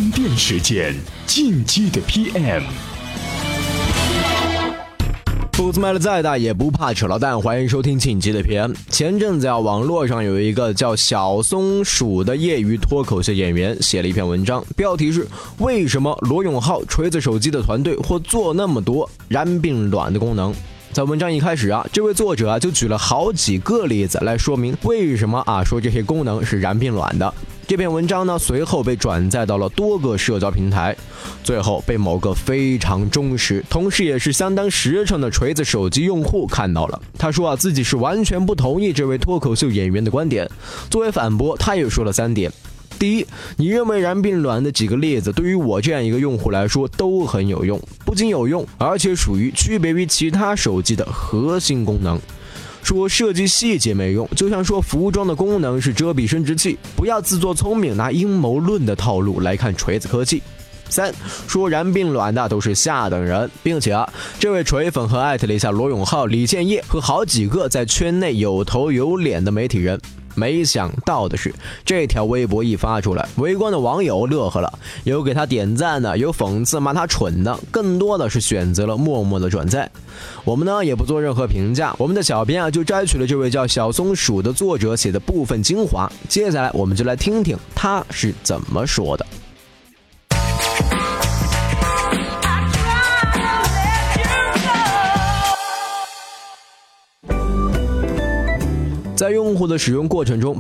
充电时间，进击的 PM。 步子迈的再大也不怕扯到蛋，欢迎收听进击的 PM。前阵子网络上有一个叫小松鼠的业余脱口秀演员写了一篇文章，标题是为什么罗永浩锤子手机的团队会做那么多燃并卵的功能。在文章一开始这位作者就举了好几个例子来说明为什么说这些功能是燃并卵的。这篇文章随后被转载到了多个社交平台，最后被某个非常忠实同时也是相当实诚的锤子手机用户看到了。他说自己是完全不同意这位脱口秀演员的观点。作为反驳，他也说了3点。第一，你认为燃并卵的几个例子对于我这样一个用户来说都很有用，不仅有用，而且属于区别于其他手机的核心功能。说设计细节没用，就像说服装的功能是遮蔽生殖器，不要自作聪明拿阴谋论的套路来看锤子科技。3，说燃并卵的都是下等人，并且这位锤粉和艾特了一下罗永浩、李建业和好几个在圈内有头有脸的媒体人。没想到的是，这条微博一发出来，围观的网友乐呵了，有给他点赞的，有讽刺骂他蠢的，更多的是选择了默默的转载。我们也不做任何评价，我们的小编就摘取了这位叫小松鼠的作者写的部分精华，接下来我们就来听听他是怎么说的。在用户的使用过程中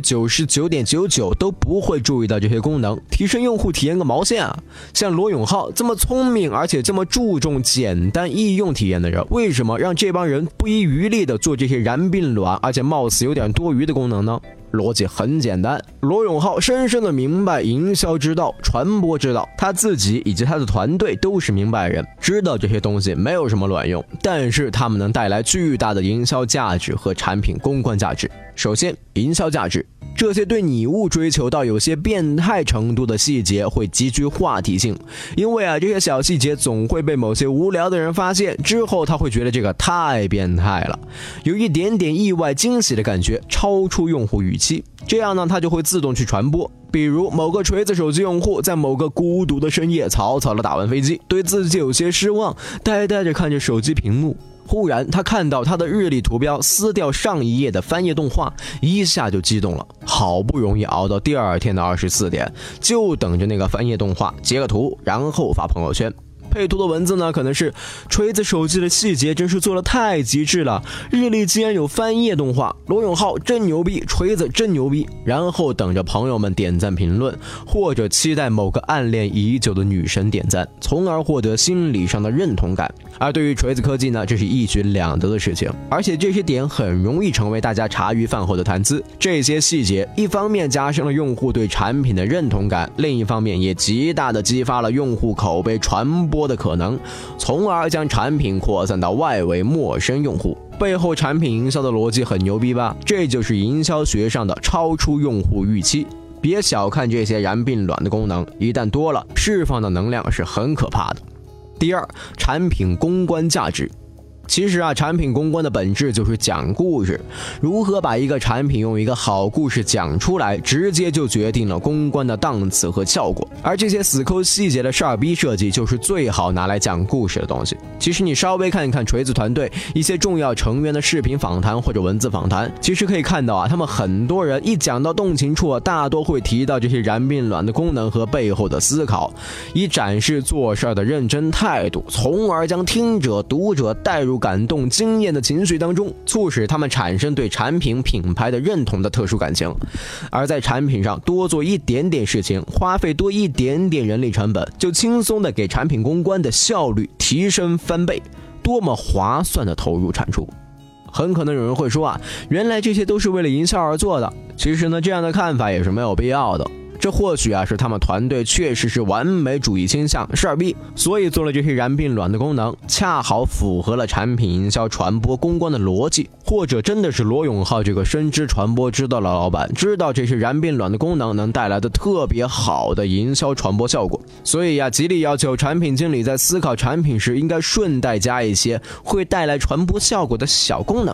99.99% 都不会注意到这些功能，提升用户体验个毛线啊！像罗永浩这么聪明而且这么注重简单易用体验的人，为什么让这帮人不遗余力的做这些燃并卵而且貌似有点多余的功能呢？逻辑很简单，罗永浩深深的明白营销之道、传播之道，他自己以及他的团队都是明白人，知道这些东西没有什么卵用，但是他们能带来巨大的营销价值和产品公关价值。首先，营销价值，这些对拟物追求到有些变态程度的细节会极具话题性，因为这些小细节总会被某些无聊的人发现，之后他会觉得这个太变态了，有一点点意外惊喜的感觉，超出用户预期，这样他就会自动去传播。比如某个锤子手机用户在某个孤独的深夜草草的打完飞机，对自己有些失望，呆呆着看着手机屏幕，忽然他看到他的日历图标撕掉上一页的翻页动画，一下就激动了，好不容易熬到第二天的24点，就等着那个翻页动画截个图，然后发朋友圈。配图的文字可能是锤子手机的细节真是做得太极致了，日历竟然有翻页动画，罗永浩真牛逼，锤子真牛逼，然后等着朋友们点赞评论，或者期待某个暗恋已久的女神点赞，从而获得心理上的认同感。而对于锤子科技这是一举两得的事情，而且这些点很容易成为大家茶余饭后的谈资。这些细节一方面加深了用户对产品的认同感，另一方面也极大的激发了用户口碑传播的可能，从而将产品扩散到外围陌生用户。背后产品营销的逻辑很牛逼吧？这就是营销学上的超出用户预期。别小看这些燃并卵的功能，一旦多了，释放的能量是很可怕的。第二，产品公关价值。其实产品公关的本质就是讲故事，如何把一个产品用一个好故事讲出来，直接就决定了公关的档次和效果。而这些死抠细节的事儿逼设计，就是最好拿来讲故事的东西。其实你稍微看一看锤子团队一些重要成员的视频访谈或者文字访谈，其实可以看到他们很多人一讲到动情处大多会提到这些燃并卵的功能和背后的思考，以展示做事的认真态度，从而将听者读者带入感动惊艳的情绪当中，促使他们产生对产品品牌的认同的特殊感情。而在产品上多做一点点事情，花费多一点点人力成本，就轻松的给产品公关的效率提升翻倍，多么划算的投入产出。很可能有人会说原来这些都是为了营销而做的。其实这样的看法也是没有必要的。这或许是他们团队确实是完美主义倾向，事儿逼，所以做了这些燃并卵的功能，恰好符合了产品营销传播公关的逻辑。或者真的是罗永浩这个深知传播之道的老板，知道这些燃并卵的功能能带来的特别好的营销传播效果，所以极力要求产品经理在思考产品时应该顺带加一些会带来传播效果的小功能。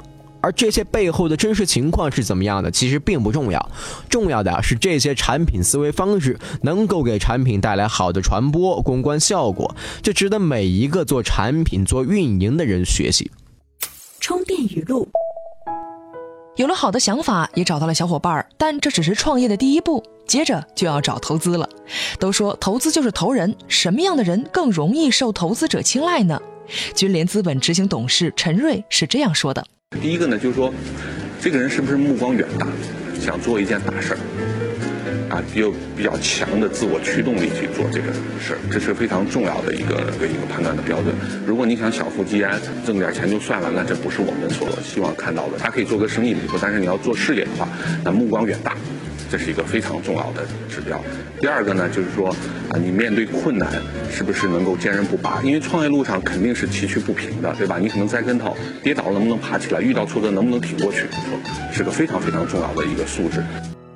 而这些背后的真实情况是怎么样的，其实并不重要，重要的是这些产品思维方式能够给产品带来好的传播公关效果，这值得每一个做产品做运营的人学习。 充电语录： 有了好的想法，也找到了小伙伴，但这只是创业的第一步，接着就要找投资了。都说投资就是投人，什么样的人更容易受投资者青睐呢？君联资本执行董事陈瑞是这样说的： 第一个呢，就是说这个人是不是目光远大，想做一件大事儿啊，有比较强的自我驱动力去做这个事儿，这是非常重要的一个判断的标准。如果你想小富即安，挣点钱就算了，那这不是我们所希望看到的。他可以做个生意没错，但是你要做事业的话，那目光远大，这是一个非常重要的指标。第二个呢，就是说你面对困难是不是能够坚韧不拔？因为创业路上肯定是崎岖不平的，对吧？你可能栽跟头，跌倒了能不能爬起来？遇到挫折能不能挺过去？是个非常非常重要的一个素质。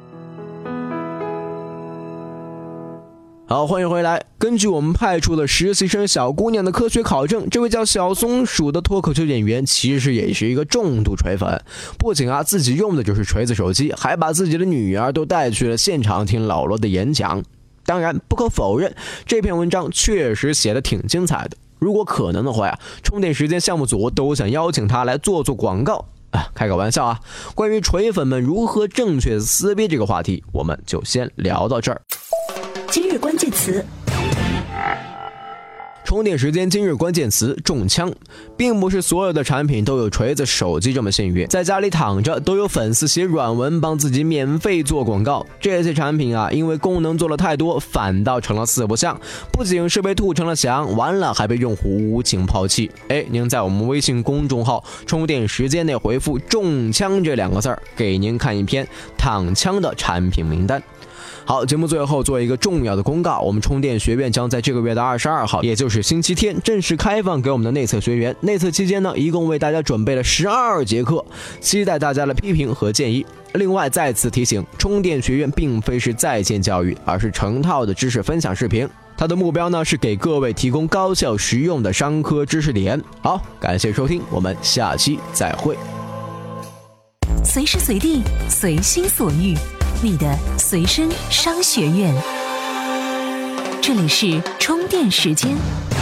好，欢迎回来。根据我们派出的实习生小姑娘的科学考证，这位叫小松鼠的脱口秀演员其实也是一个重度锤粉，不仅自己用的就是锤子手机，还把自己的女儿都带去了现场听老罗的演讲。当然不可否认，这篇文章确实写得挺精彩的，如果可能的话充电时间项目组都想邀请他来做广告开个玩笑关于锤粉们如何正确撕逼这个话题，我们就先聊到这儿。 今日关键词： 充电时间今日关键词：中枪。并不是所有的产品都有锤子手机这么幸运，在家里躺着都有粉丝写软文帮自己免费做广告。这些产品因为功能做了太多，反倒成了四不像，不仅是被吐成了翔，完了还被用户无情抛弃。您在我们微信公众号充电时间内回复中枪这2个字，给您看一篇躺枪的产品名单。好，节目最后做一个重要的公告，我们充电学院将在这个月的22号，也就是星期天正式开放给我们的内测学员。内测期间呢，一共为大家准备了12节课，期待大家的批评和建议。另外再次提醒，充电学院并非是在线教育，而是成套的知识分享视频，它的目标呢是给各位提供高效实用的商科知识点。好，感谢收听，我们下期再会。 随时随地，随心所欲，你的随身商学院。这里是充电时间。